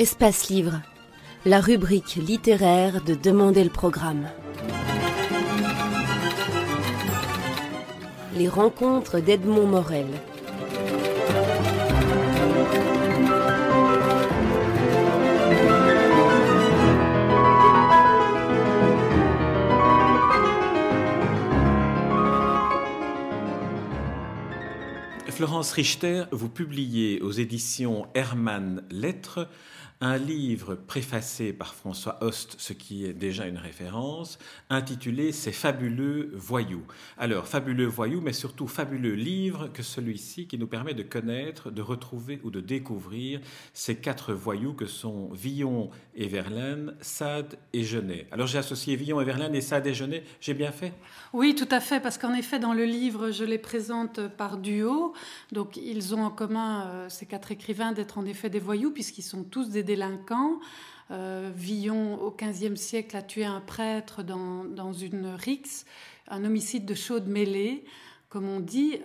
Espace Livre, la rubrique littéraire de Demander le programme. Les rencontres d'Edmond Morel. Florence Richter, vous publiez aux éditions Hermann Lettres un livre préfacé par François Host, ce qui est déjà une référence, intitulé « Ces fabuleux voyous ». Alors, fabuleux voyous, mais surtout fabuleux livre que celui-ci qui nous permet de connaître, de retrouver ou de découvrir ces 4 voyous que sont Villon et Verlaine, Sade et Genet. Alors, j'ai associé Villon et Verlaine et Sade et Genet. J'ai bien fait ? Oui, tout à fait, parce qu'en effet, dans le livre, je les présente par duo. Donc, ils ont en commun, ces 4 écrivains, d'être en effet des voyous, puisqu'ils sont tous des délinquants. Villon, au XVe siècle, a tué un prêtre dans une rixe, un homicide de chaude mêlée, comme on dit.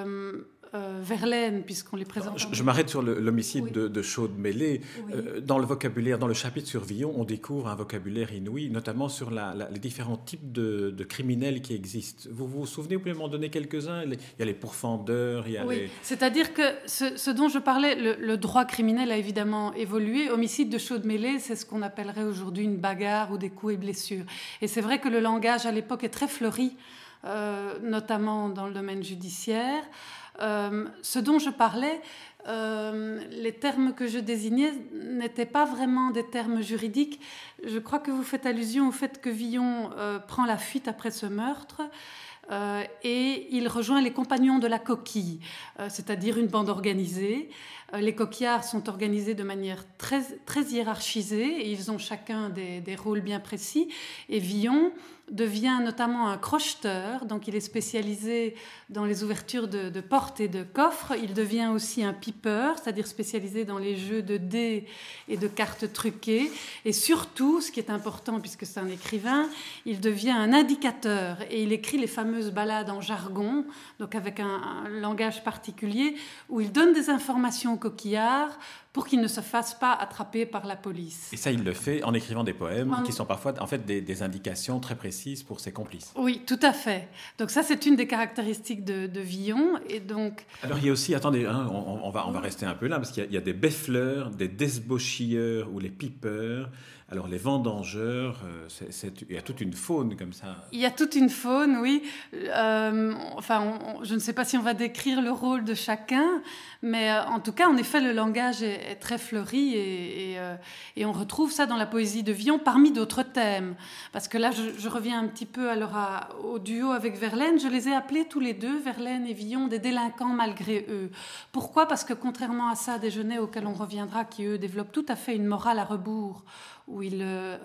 Verlaine, puisqu'on les présente... Je m'arrête sur l'homicide de chaude mêlée. Oui. Dans le vocabulaire, dans le chapitre sur Villon, on découvre un vocabulaire inouï, notamment sur les différents types de criminels qui existent. Vous vous souvenez, vous pouvez m'en donner quelques-uns ? Il y a les pourfendeurs, il y a les... C'est-à-dire que ce dont je parlais, le droit criminel a évidemment évolué. Homicide de chaude mêlée, c'est ce qu'on appellerait aujourd'hui une bagarre ou des coups et blessures. Et c'est vrai que le langage à l'époque est très fleuri, notamment dans le domaine judiciaire. Ce dont je parlais, les termes que je désignais n'étaient pas vraiment des termes juridiques. Je crois que vous faites allusion au fait que Villon prend la fuite après ce meurtre et il rejoint les compagnons de la coquille, c'est-à-dire une bande organisée. Les coquillards sont organisés de manière très, très hiérarchisée et ils ont chacun des rôles bien précis. Et Villon devient notamment un crocheteur, donc il est spécialisé dans les ouvertures de portes et de coffres. Il devient aussi un pipeur, c'est-à-dire spécialisé dans les jeux de dés et de cartes truquées. Et surtout, ce qui est important puisque c'est un écrivain, il devient un indicateur et il écrit les fameuses ballades en jargon, donc avec un langage particulier, où il donne des informations aux coquillards pour qu'ils ne se fassent pas attraper par la police. Et ça, il le fait en écrivant des poèmes qui sont parfois en fait des indications très précises pour ses complices. Oui, tout à fait. Donc ça, c'est une des caractéristiques de Villon. Et donc... Alors, il y a aussi, attendez, on va rester un peu là, parce qu'il y a des beffleurs, des desbochilleurs ou les pipeurs. Alors, les vendangeurs, il y a toute une faune comme ça. Il y a toute une faune, oui. Je ne sais pas si on va décrire le rôle de chacun, mais en tout cas, en effet, le langage est très fleuri et on retrouve ça dans la poésie de Villon parmi d'autres thèmes. Parce que là, je reviens un petit peu au duo avec Verlaine. Je les ai appelés tous les deux, Verlaine et Villon, des délinquants malgré eux. Pourquoi ? Parce que contrairement à Sade et Genet, auxquels on reviendra, qui eux développent tout à fait une morale à rebours, où il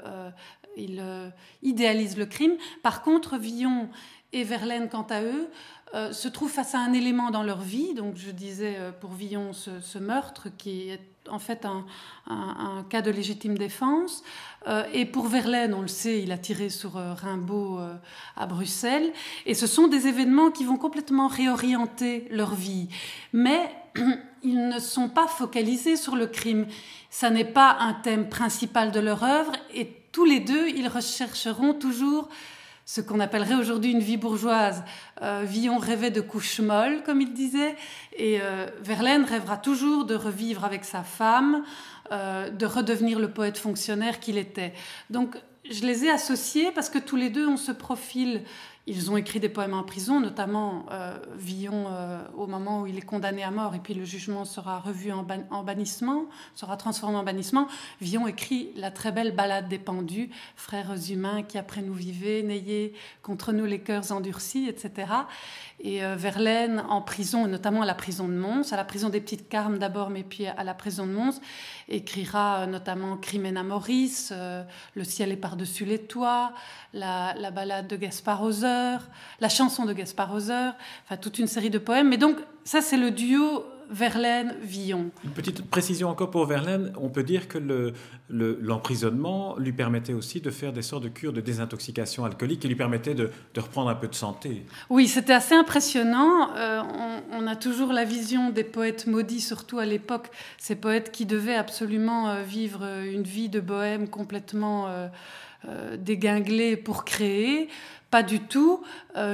idéalise le crime. Par contre, Villon et Verlaine, quant à eux, se trouvent face à un élément dans leur vie. Donc, je disais pour Villon ce meurtre qui est en fait un cas de légitime défense. Et pour Verlaine, on le sait, il a tiré sur Rimbaud à Bruxelles. Et ce sont des événements qui vont complètement réorienter leur vie. Mais ils ne sont pas focalisés sur le crime. Ça n'est pas un thème principal de leur œuvre. Et tous les deux, ils rechercheront toujours ce qu'on appellerait aujourd'hui une vie bourgeoise. Villon rêvait de couches molles, comme il disait, et Verlaine rêvera toujours de revivre avec sa femme, de redevenir le poète fonctionnaire qu'il était. Donc, je les ai associés parce que tous les deux ont ce profil. Ils ont écrit des poèmes en prison, notamment Villon au moment où il est condamné à mort et puis le jugement sera revu en bannissement, sera transformé en bannissement. Villon écrit la très belle ballade des pendus, frères humains qui après nous vivez, n'ayez contre nous les cœurs endurcis, etc. Et Verlaine en prison, et notamment à la prison de Mons, à la prison des Petites Carmes d'abord, mais puis à la prison de Mons, écrira notamment Crimena Maurice, Le ciel est par-dessus les toits, la ballade de Gaspard Hauser, la chanson de Gaspard Hauser, enfin toute une série de poèmes. Mais donc ça c'est le duo Verlaine, Villon. Une petite précision encore pour Verlaine, on peut dire que l'emprisonnement lui permettait aussi de faire des sortes de cures de désintoxication alcoolique qui lui permettaient de reprendre un peu de santé. Oui, c'était assez impressionnant. On a toujours la vision des poètes maudits, surtout à l'époque, ces poètes qui devaient absolument vivre une vie de bohème complètement déguinglée pour créer. Pas du tout.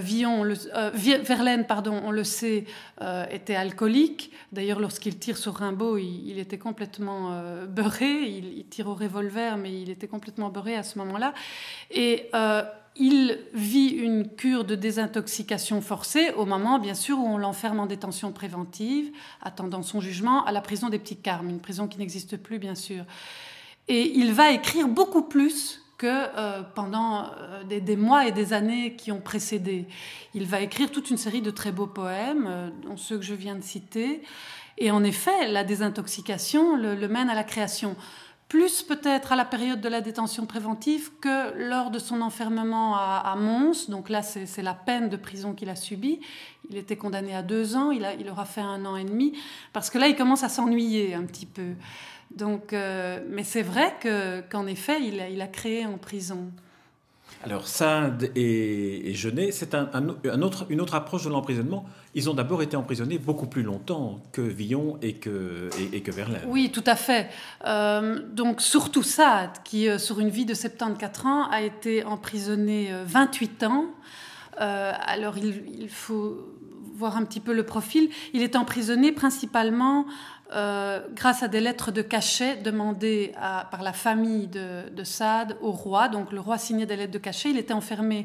Verlaine, on le sait, était alcoolique. D'ailleurs, lorsqu'il tire sur Rimbaud, il était complètement beurré. Il tire au revolver, mais il était complètement beurré à ce moment-là. Et il vit une cure de désintoxication forcée au moment, bien sûr, où on l'enferme en détention préventive, attendant son jugement, à la prison des Petits Carmes, une prison qui n'existe plus, bien sûr. Et il va écrire beaucoup plus que pendant des mois et des années qui ont précédé. Il va écrire toute une série de très beaux poèmes, dont ceux que je viens de citer. Et en effet, la désintoxication le mène à la création. Plus peut-être à la période de la détention préventive que lors de son enfermement à Mons. Donc là, c'est la peine de prison qu'il a subie. Il était condamné à 2 ans, il aura fait 1 an et demi, parce que là, il commence à s'ennuyer un petit peu. Donc, mais c'est vrai qu'en effet, il a créé en prison. Alors, Sade et Genet, c'est une autre approche de l'emprisonnement. Ils ont d'abord été emprisonnés beaucoup plus longtemps que Villon et que Verlaine. Oui, tout à fait. Donc, surtout Sade, qui, sur une vie de 74 ans, a été emprisonné 28 ans. Alors, il faut voir un petit peu le profil. Il est emprisonné principalement grâce à des lettres de cachet demandées par la famille de Sade au roi. Donc le roi signait des lettres de cachet. Il était enfermé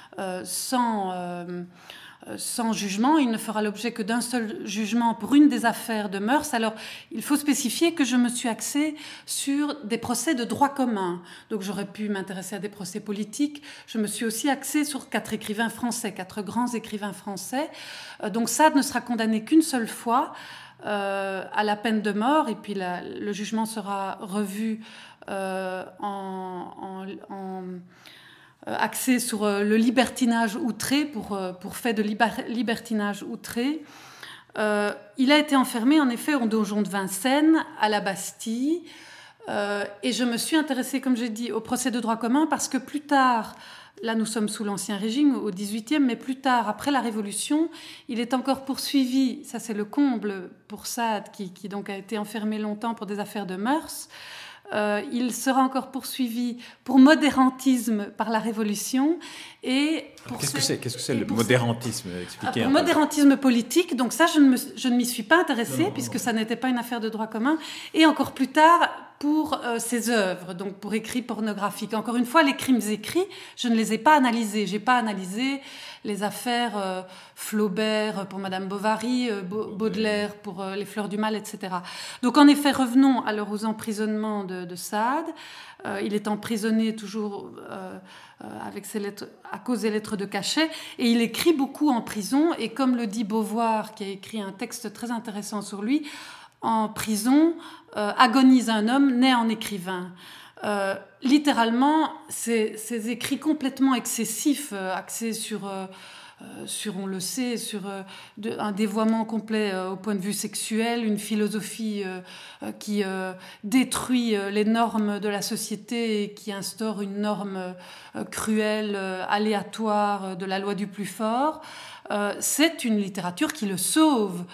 sans jugement. Il ne fera l'objet que d'un seul jugement pour une des affaires de mœurs. Alors, il faut spécifier que je me suis axée sur des procès de droit commun. Donc, j'aurais pu m'intéresser à des procès politiques. Je me suis aussi axée sur 4 écrivains français, 4 grands écrivains français. Donc, Sade ne sera condamné qu'une seule fois à la peine de mort. Et puis, le jugement sera revu axé sur le libertinage outré, pour fait de libertinage outré. Il a été enfermé, en effet, au donjon de Vincennes, à la Bastille. Et je me suis intéressée, comme j'ai dit, au procès de droit commun, parce que plus tard, là nous sommes sous l'Ancien Régime, au XVIIIe, mais plus tard, après la Révolution, il est encore poursuivi, ça c'est le comble pour Sade, qui donc a été enfermé longtemps pour des affaires de mœurs. Il sera encore poursuivi pour modérantisme par la Révolution. Et qu'est-ce que c'est le modérantisme? Expliquez un peu. Modérantisme politique, donc ça je ne m'y suis pas intéressée, puisque ça n'était pas une affaire de droit commun. Et encore plus tard, pour ses œuvres, donc pour écrits pornographiques. Encore une fois, les crimes écrits, je ne les ai pas analysés. J'ai pas analysé les affaires Flaubert pour Madame Bovary, Baudelaire pour Les Fleurs du Mal, etc. Donc en effet, revenons alors aux emprisonnements de Sade. Il est emprisonné toujours avec ses lettres, à cause des lettres de cachet, et il écrit beaucoup en prison. Et comme le dit Beauvoir, qui a écrit un texte très intéressant sur lui, en prison agonise un homme né en écrivain. Littéralement, ces écrits complètement excessifs, axés sur, on le sait, sur un dévoiement complet au point de vue sexuel, une philosophie qui détruit les normes de la société et qui instaure une norme cruelle, aléatoire de la loi du plus fort. C'est une littérature qui le sauve.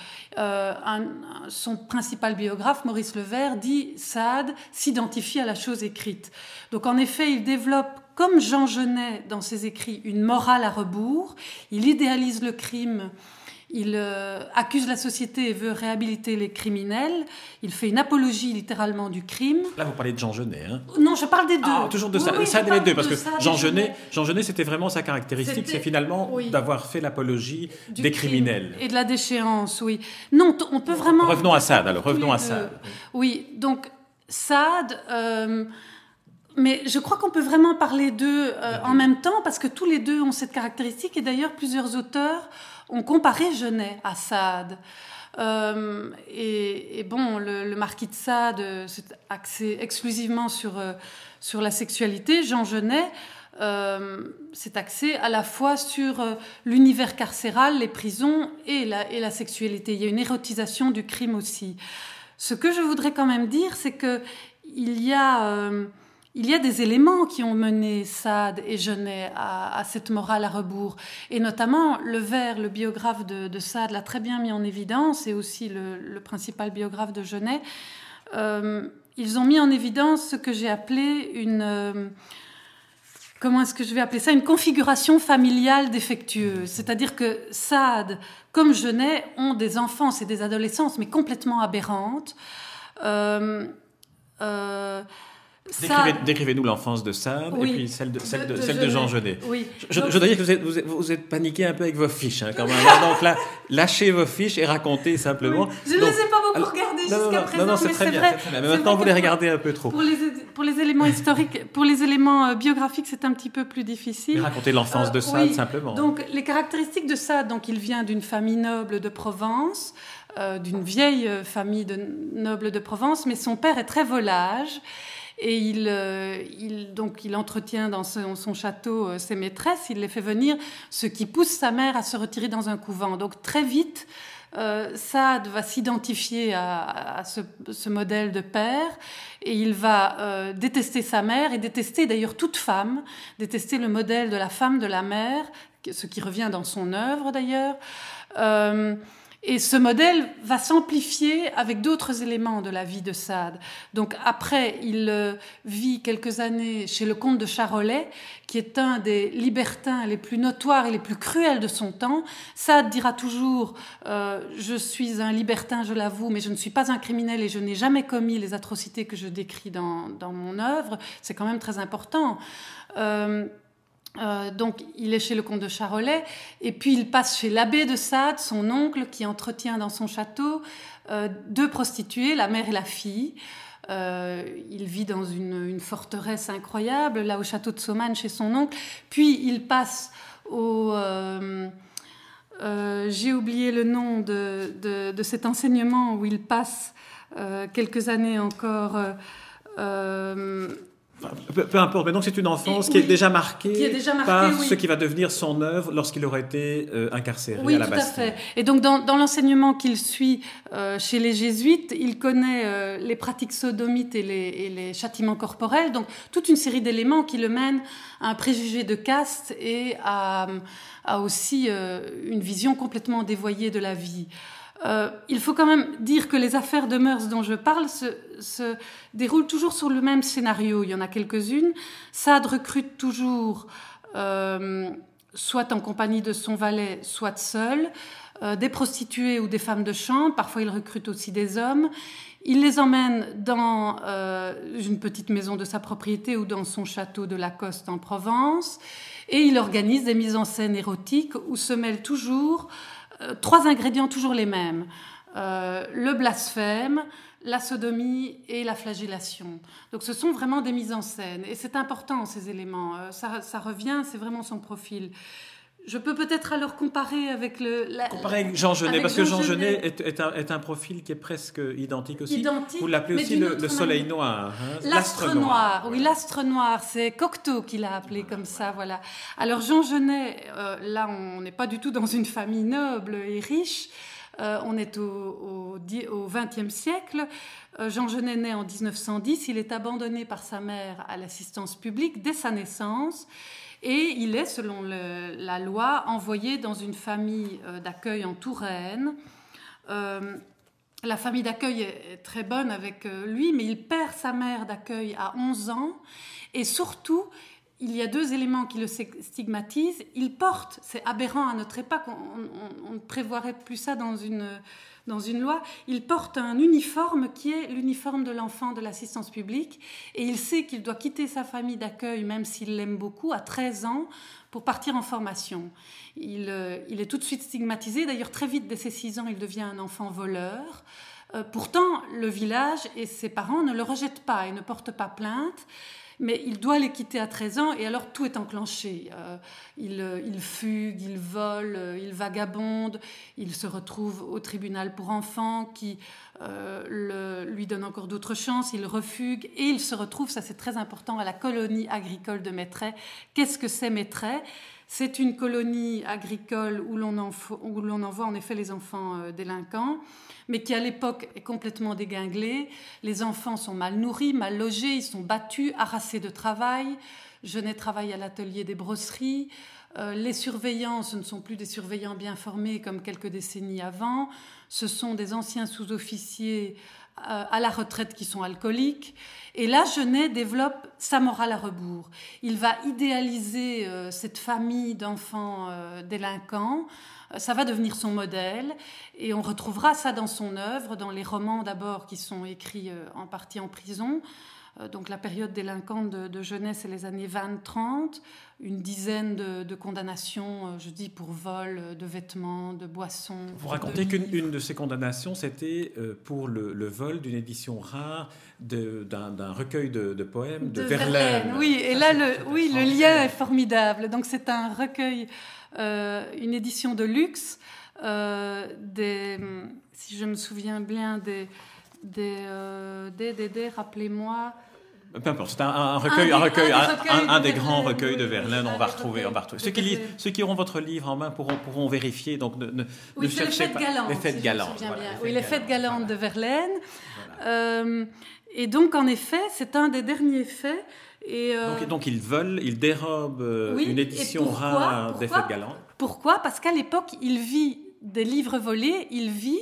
Son principal biographe, Maurice Levert, dit « Sade s'identifie à la chose écrite ». Donc en effet, il développe, comme Jean Genet dans ses écrits, une morale à rebours. Il idéalise le crime. Il accuse la société et veut réhabiliter les criminels. Il fait une apologie littéralement du crime. Là, vous parlez de Jean Genet, hein? Non, je parle des deux. Ah, toujours de ça. Oui, Ça, les deux, parce que Jean Genet, c'était vraiment sa caractéristique, c'est finalement d'avoir fait l'apologie des criminels. Et de la déchéance, oui. Non, on peut vraiment... Revenons à Sade, alors. Revenons à Sade. Oui, donc Sade... mais je crois qu'on peut vraiment parler d'eux en même temps, parce que tous les deux ont cette caractéristique. Et d'ailleurs, plusieurs auteurs ont comparé Genet à Sade. Et bon, le marquis de Sade s'est axé exclusivement sur la sexualité. Jean Genet c'est axé à la fois sur l'univers carcéral, les prisons et la sexualité. Il y a une érotisation du crime aussi. Ce que je voudrais quand même dire, c'est que il y a des éléments qui ont mené Sade et Genet à cette morale à rebours. Et notamment, le biographe de Sade l'a très bien mis en évidence, et aussi le principal biographe de Genet. Ils ont mis en évidence ce que j'ai appelé comment est-ce que je vais appeler ça ? Une configuration familiale défectueuse. C'est-à-dire que Sade, comme Genet, ont des enfances et des adolescences, mais complètement aberrantes. Décrivez-nous l'enfance de Sade, oui, et puis celle de Jean Genet. Oui. Je dois dire que vous êtes paniqué un peu avec vos fiches, quand même. Donc là, lâchez vos fiches et racontez simplement. Oui. Je ne les ai pas beaucoup regardées jusqu'à présent. Non, c'est très bien. Mais maintenant, vous les regardez un peu trop. Pour les éléments historiques, pour les éléments biographiques, c'est un petit peu plus difficile. Mais racontez l'enfance de Sade, simplement. Donc, les caractéristiques de Sade, donc, il vient d'une famille noble de Provence, d'une vieille famille noble de Provence, mais son père est très volage. Et il entretient dans son château ses maîtresses, il les fait venir, ce qui pousse sa mère à se retirer dans un couvent. Donc très vite, Sade va s'identifier à ce modèle de père, et il va détester sa mère et détester d'ailleurs toute femme, détester le modèle de la femme de la mère, ce qui revient dans son œuvre d'ailleurs. Et ce modèle va s'amplifier avec d'autres éléments de la vie de Sade. Donc après, il vit quelques années chez le comte de Charolais, qui est un des libertins les plus notoires et les plus cruels de son temps. Sade dira toujours « Je suis un libertin, je l'avoue, mais je ne suis pas un criminel et je n'ai jamais commis les atrocités que je décris dans mon œuvre ». C'est quand même très important. Donc il est chez le comte de Charolais, et puis il passe chez l'abbé de Sade, son oncle, qui entretient dans son château 2 prostituées, la mère et la fille. Il vit dans une forteresse incroyable, là au château de Saumagne chez son oncle. Puis il passe j'ai oublié le nom de cet enseignement où il passe quelques années encore. Peu importe, mais donc c'est une enfance qui est déjà marquée par oui, ce qui va devenir son œuvre lorsqu'il aura été incarcéré à la Bastille. Oui, tout à fait. Et donc dans l'enseignement qu'il suit chez les jésuites, il connaît les pratiques sodomites et les châtiments corporels, donc toute une série d'éléments qui le mènent à un préjugé de caste et à aussi une vision complètement dévoyée de la vie. Il faut quand même dire que les affaires de mœurs dont je parle se déroulent toujours sur le même scénario. Il y en a quelques-unes. Sade recrute toujours, soit en compagnie de son valet, soit seul, des prostituées ou des femmes de chambre. Parfois, il recrute aussi des hommes. Il les emmène dans une petite maison de sa propriété ou dans son château de Lacoste en Provence. Et il organise des mises en scène érotiques où se mêlent toujours 3 ingrédients toujours les mêmes. Le blasphème, la sodomie et la flagellation. Donc ce sont vraiment des mises en scène. Et c'est important, ces éléments. Ça revient, c'est vraiment son profil. Je peux peut-être alors comparer avec comparer avec Jean Genet, parce que Jean Genet est un profil qui est presque identique aussi. Vous l'appelez aussi le soleil noir, hein, l'astre noir. Oui, l'astre noir, c'est Cocteau qui l'a appelé comme ça, voilà. Alors Jean Genet, là on n'est pas du tout dans une famille noble et riche, on est au XXe siècle. Jean Genet naît en 1910, il est abandonné par sa mère à l'assistance publique dès sa naissance. Et il est, selon la loi, envoyé dans une famille d'accueil en Touraine. La famille d'accueil est très bonne avec lui, mais il perd sa mère d'accueil à 11 ans. Et surtout, il y a 2 éléments qui le stigmatisent. Il porte, c'est aberrant à notre époque, on ne prévoirait plus ça dans une loi, il porte un uniforme qui est l'uniforme de l'enfant de l'assistance publique, et il sait qu'il doit quitter sa famille d'accueil, même s'il l'aime beaucoup, à 13 ans, pour partir en formation. Il est tout de suite stigmatisé, d'ailleurs très vite, dès ses 6 ans, il devient un enfant voleur. Pourtant, le village et ses parents ne le rejettent pas et ne portent pas plainte, Mais il doit les quitter à 13 ans et alors tout est enclenché. Il fugue, il vole, il vagabonde, il se retrouve au tribunal pour enfants qui lui donne encore d'autres chances, il refugue et il se retrouve, ça c'est très important, à la colonie agricole de Mettray. Qu'est-ce que c'est Mettray ? C'est une colonie agricole où l'on envoie en effet les enfants délinquants, mais qui à l'époque est complètement déglinguée. Les enfants sont mal nourris, mal logés, ils sont battus, harassés de travail. Jeunet travaille à l'atelier des brosseries. Les surveillants, ce ne sont plus des surveillants bien formés comme quelques décennies avant. Ce sont des anciens sous-officiers à la retraite qui sont alcooliques. Et là, Jeunet développe sa morale à rebours. Il va idéaliser cette famille d'enfants délinquants. Ça va devenir son modèle. Et on retrouvera ça dans son œuvre, dans les romans d'abord qui sont écrits en partie en prison. Donc la période délinquante de Jeunet, c'est les années 20-30. Une dizaine de condamnations, je dis, pour vol de vêtements, de boissons. Vous racontez qu'une de ces condamnations, c'était pour le vol d'une édition rare d'un recueil de poèmes de Verlaine. Oui, et là, le lien est formidable. Donc c'est un recueil, une édition de luxe, si je me souviens bien, rappelez-moi. Peu importe, c'est un des grands recueils de Verlaine. On va retrouver. Ceux qui auront votre livre en main pourront vérifier. Donc ne cherchez pas les fêtes galantes. Oui, les fêtes galantes de Verlaine. Voilà. Et donc en effet, c'est un des derniers faits. Donc il dérobe une édition rare des fêtes galantes. Pourquoi ? Parce qu'à l'époque, il vit des livres volés. Il vit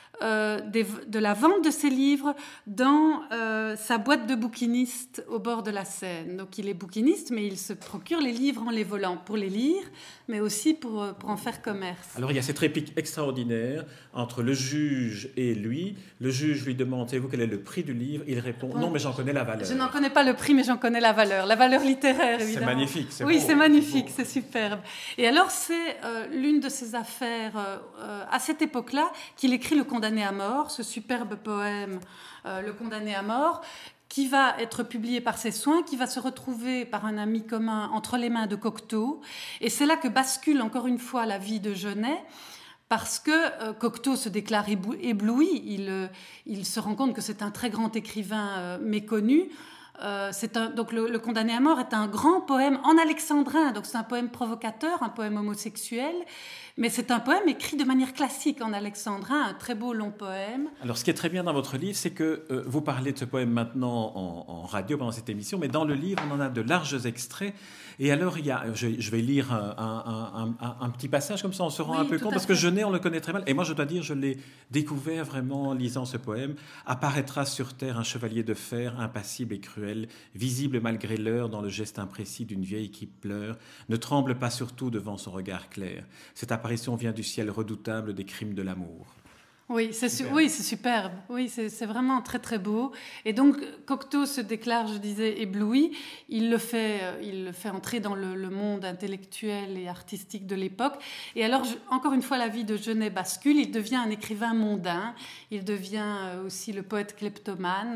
de la vente de ses livres dans sa boîte de bouquiniste au bord de la Seine. Donc il est bouquiniste, mais il se procure les livres en les volant pour les lire, mais aussi pour en faire commerce. Alors il y a cette réplique extraordinaire entre le juge et lui. Le juge lui demande, savez-vous quel est le prix du livre ? Il répond, non, mais j'en connais la valeur. Je n'en connais pas le prix, mais j'en connais la valeur littéraire, évidemment. C'est magnifique. Oui, c'est magnifique, c'est superbe. Et alors c'est l'une de ces affaires, à cette époque-là, qu'il écrit Le Condamné à mort, ce superbe poème, Le Condamné à mort, qui va être publié par ses soins, qui va se retrouver par un ami commun entre les mains de Cocteau. Et c'est là que bascule encore une fois la vie de Jeunet, parce que Cocteau se déclare ébloui. Il se rend compte que c'est un très grand écrivain méconnu. Donc le Condamné à mort est un grand poème en alexandrin, donc c'est un poème provocateur, un poème homosexuel, mais c'est un poème écrit de manière classique en alexandrin, un très beau long poème. Alors ce qui est très bien dans votre livre, c'est que vous parlez de ce poème maintenant en radio pendant cette émission, mais dans le livre on en a de larges extraits. Et alors je vais lire un petit passage comme ça, on se rend un peu compte, parce que Jeunet on le connaît très mal, et moi je dois dire je l'ai découvert vraiment en lisant ce poème. Apparaîtra sur terre un chevalier de fer, impassible et cruel, visible malgré l'heure dans le geste imprécis d'une vieille qui pleure, ne tremble pas surtout devant son regard clair. Cette apparition vient du ciel redoutable des crimes de l'amour. Oui, c'est superbe. Oui, c'est vraiment très très beau. Et donc Cocteau se déclare, je disais, ébloui. Il le fait entrer dans le monde intellectuel et artistique de l'époque. Et alors, encore une fois, la vie de Jeunet bascule. Il devient un écrivain mondain. Il devient aussi le poète kleptomane.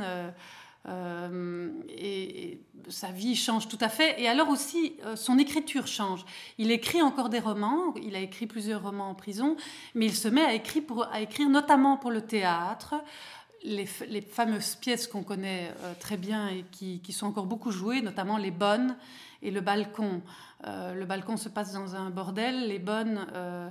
Et sa vie change tout à fait. Et alors aussi, son écriture change. Il écrit encore des romans, il a écrit plusieurs romans en prison, mais il se met à écrire notamment pour le théâtre, les fameuses pièces qu'on connaît très bien et qui sont encore beaucoup jouées, notamment Les Bonnes et Le Balcon. Le Balcon se passe dans un bordel, Les Bonnes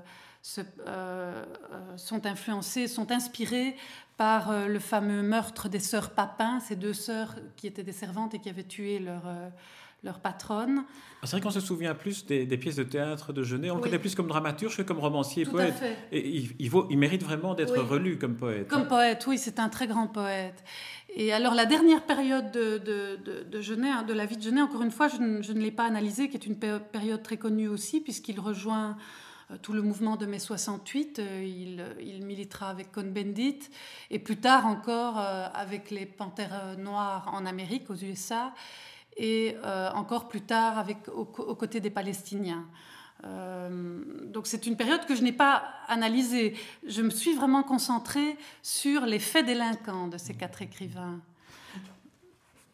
sont inspirées par le fameux meurtre des sœurs Papin, ces deux sœurs qui étaient des servantes et qui avaient tué leur patronne. C'est vrai qu'on se souvient plus des pièces de théâtre de Jeunet, on le connaît plus comme dramaturge que comme romancier et poète. Et il mérite vraiment d'être relu comme poète. Comme poète, oui, c'est un très grand poète. Et alors la dernière période de Jeunet, de la vie de Jeunet, encore une fois, je ne l'ai pas analysée, qui est une période très connue aussi, puisqu'il rejoint tout le mouvement de mai 68, il militera avec Cohn-Bendit et plus tard encore avec les Panthères noires en Amérique, aux USA, et encore plus tard aux côtés des Palestiniens. Donc c'est une période que je n'ai pas analysée. Je me suis vraiment concentrée sur les faits délinquants de ces quatre écrivains.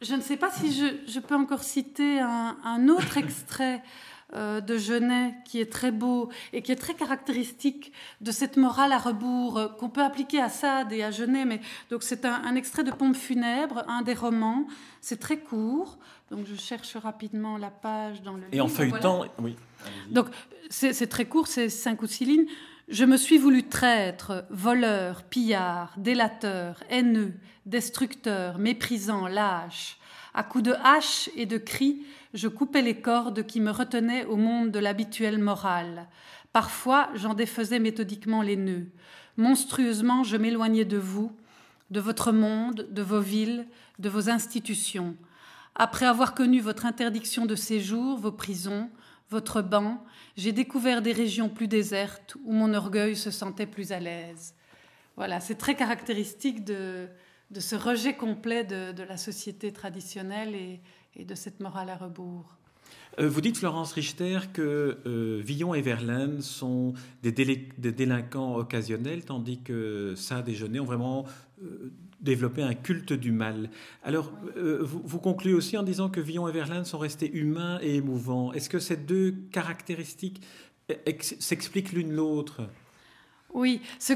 je ne sais pas si je peux encore citer un autre extrait de Genet qui est très beau et qui est très caractéristique de cette morale à rebours qu'on peut appliquer à Sade et à Genet. Mais, donc c'est un extrait de Pompe funèbre, un des romans. C'est très court, donc je cherche rapidement la page dans le livre. Et en feuilletant, voilà. Oui. Donc c'est très court, c'est 5 ou 6 lignes. Je me suis voulu traître, voleur, pillard, délateur, haineux, destructeur, méprisant, lâche. À coups de hache et de cris, je coupais les cordes qui me retenaient au monde de l'habituelle morale. Parfois, j'en défaisais méthodiquement les nœuds. Monstrueusement, je m'éloignais de vous, de votre monde, de vos villes, de vos institutions. Après avoir connu votre interdiction de séjour, vos prisons, votre banc, j'ai découvert des régions plus désertes où mon orgueil se sentait plus à l'aise. Voilà, c'est très caractéristique de ce rejet complet de la société traditionnelle et de cette morale à rebours. Vous dites, Florence Richter, que Villon et Verlaine sont des délinquants occasionnels, tandis que Sade et Genet ont vraiment développé un culte du mal. Alors, vous concluez aussi en disant que Villon et Verlaine sont restés humains et émouvants. Est-ce que ces deux caractéristiques s'expliquent l'une l'autre ? Oui, ce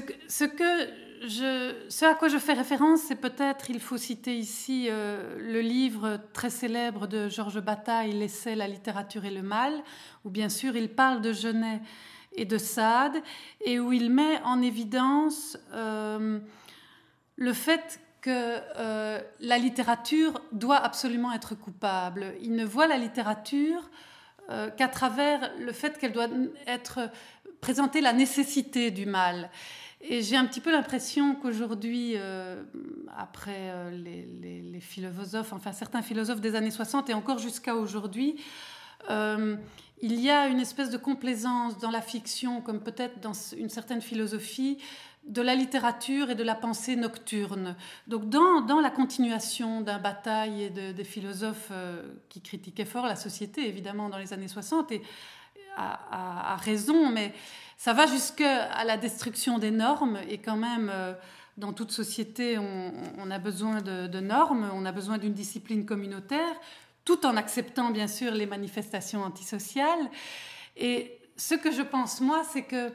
à quoi je fais référence, c'est peut-être, il faut citer ici le livre très célèbre de Georges Bataille, L'essai, la littérature et le mal, où bien sûr il parle de Genet et de Sade, et où il met en évidence le fait que la littérature doit absolument être coupable. Il ne voit la littérature qu'à travers le fait qu'elle doit présenter la nécessité du mal. Et j'ai un petit peu l'impression qu'aujourd'hui, après les philosophes, enfin certains philosophes des années 60 et encore jusqu'à aujourd'hui, il y a une espèce de complaisance dans la fiction, comme peut-être dans une certaine philosophie, de la littérature et de la pensée nocturne. Donc dans la continuation d'un Bataille et des philosophes qui critiquaient fort la société, évidemment, dans les années 60, et à raison, mais ça va jusqu'à la destruction des normes, et quand même, dans toute société, on a besoin de normes, on a besoin d'une discipline communautaire, tout en acceptant, bien sûr, les manifestations antisociales. Et ce que je pense, moi, c'est que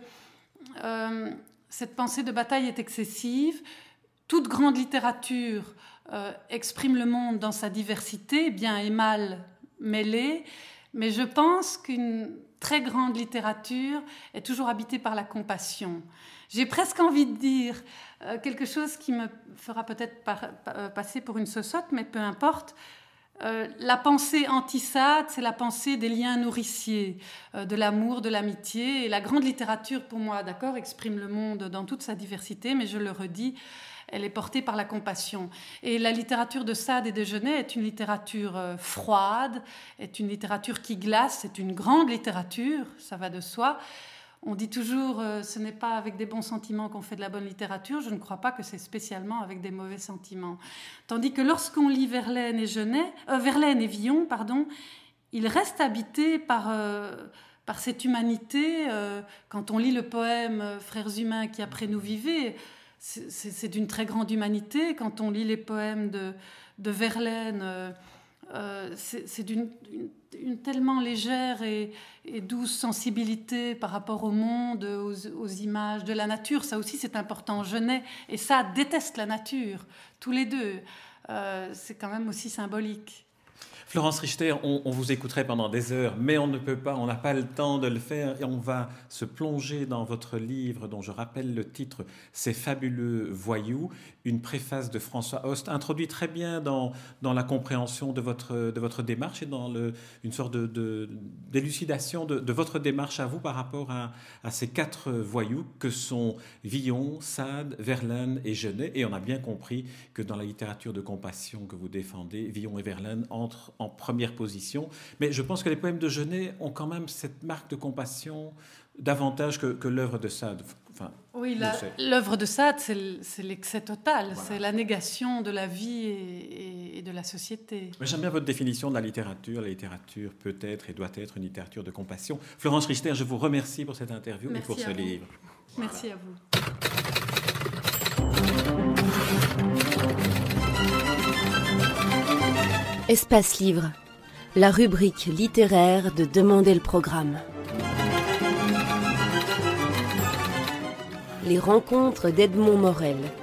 cette pensée de Bataille est excessive. Toute grande littérature exprime le monde dans sa diversité, bien et mal mêlés, mais je pense qu'une très grande littérature est toujours habitée par la compassion. J'ai presque envie de dire quelque chose qui me fera peut-être passer pour une sosotte, mais peu importe. La pensée anti-Sade, c'est la pensée des liens nourriciers, de l'amour, de l'amitié. Et la grande littérature, pour moi, d'accord, exprime le monde dans toute sa diversité, mais je le redis, elle est portée par la compassion. Et la littérature de Sade et de Genet est une littérature froide, est une littérature qui glace, c'est une grande littérature, ça va de soi. On dit toujours ce n'est pas avec des bons sentiments qu'on fait de la bonne littérature. Je ne crois pas que c'est spécialement avec des mauvais sentiments. Tandis que lorsqu'on lit Verlaine et Villon, il reste habité par cette humanité. Quand on lit le poème « Frères humains qui après nous vivaient », c'est d'une très grande humanité. Quand on lit les poèmes de Verlaine, c'est d'une tellement légère et douce sensibilité par rapport au monde, aux images de la nature. Ça aussi, c'est important. Genet et Sade détestent la nature, tous les deux. C'est quand même aussi symbolique. Florence Richter, on vous écouterait pendant des heures, mais on ne peut pas, on n'a pas le temps de le faire, et on va se plonger dans votre livre, dont je rappelle le titre, Ces fabuleux voyous, une préface de François Host, introduit très bien dans la compréhension de votre démarche et dans une sorte d'élucidation de votre démarche à vous par rapport à ces 4 voyous que sont Villon, Sade, Verlaine et Genet. Et on a bien compris que dans la littérature de compassion que vous défendez, Villon et Verlaine entrent en première position. Mais je pense que les poèmes de Genet ont quand même cette marque de compassion davantage que l'œuvre de Sade. Enfin, oui, l'œuvre de Sade, c'est l'excès total, voilà. C'est la négation de la vie et de la société. Mais j'aime bien votre définition de la littérature. La littérature peut être et doit être une littérature de compassion. Florence Richter, je vous remercie pour cette interview et pour ce livre. Merci à vous. Espace Livre, la rubrique littéraire de Demandez le programme. Les rencontres d'Edmond Morel.